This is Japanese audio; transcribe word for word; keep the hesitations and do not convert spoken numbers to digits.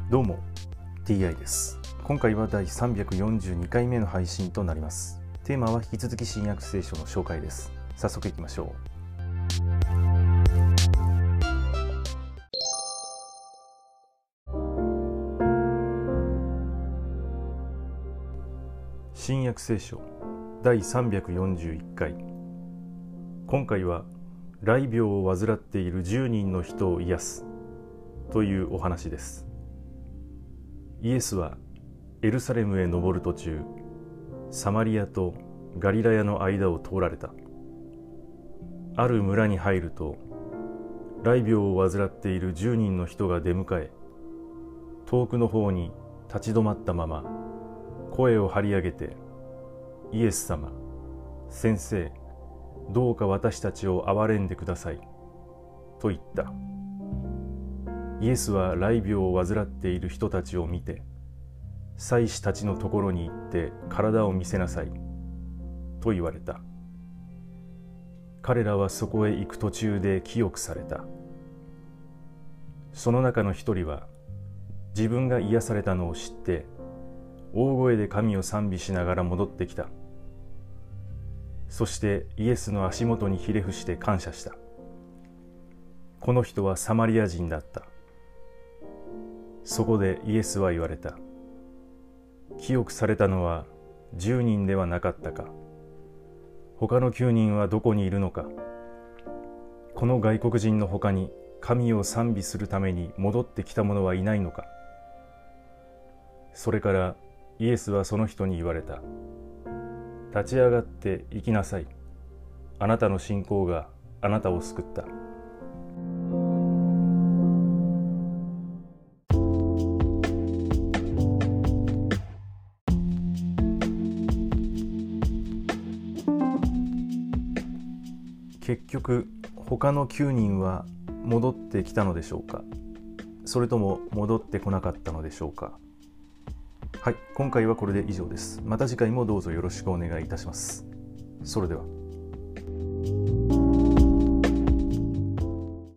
どうも ティーアイ です。今回はだいさんびゃくよんじゅうにかいめの配信となります。テーマは引き続き新約聖書の紹介です。早速いきましょう。新約聖書だいさんびゃくよんじゅういっかい。今回は癩病を患っているじゅうにんの人を癒すというお話です。イエスはエルサレムへ登る途中、サマリアとガリラヤの間を通られた。ある村に入ると、癩病を患っているじゅうにんの人が出迎え、遠くの方に立ち止まったまま、声を張り上げて、イエス様、先生、どうか私たちを憐れんでください、と言った。イエスは癩病を患っている人たちを見て、祭司たちのところに行って体を見せなさい、と言われた。彼らはそこへ行く途中で清くされた。その中の一人は、自分が癒されたのを知って、大声で神を賛美しながら戻ってきた。そしてイエスの足元にひれ伏して感謝した。この人はサマリア人だった。そこでイエスは言われた。清くされたのはじゅうにんではなかったか。他のきゅうにんはどこにいるのか。この外国人の他に神を賛美するために戻ってきた者はいないのか。それからイエスはその人に言われた。立ち上がって行きなさい。あなたの信仰があなたを救った。結局他のきゅうにんは戻ってきたのでしょうか。それとも戻ってこなかったのでしょうか。はい、今回はこれで以上です。また次回もどうぞよろしくお願いいたします。それでは。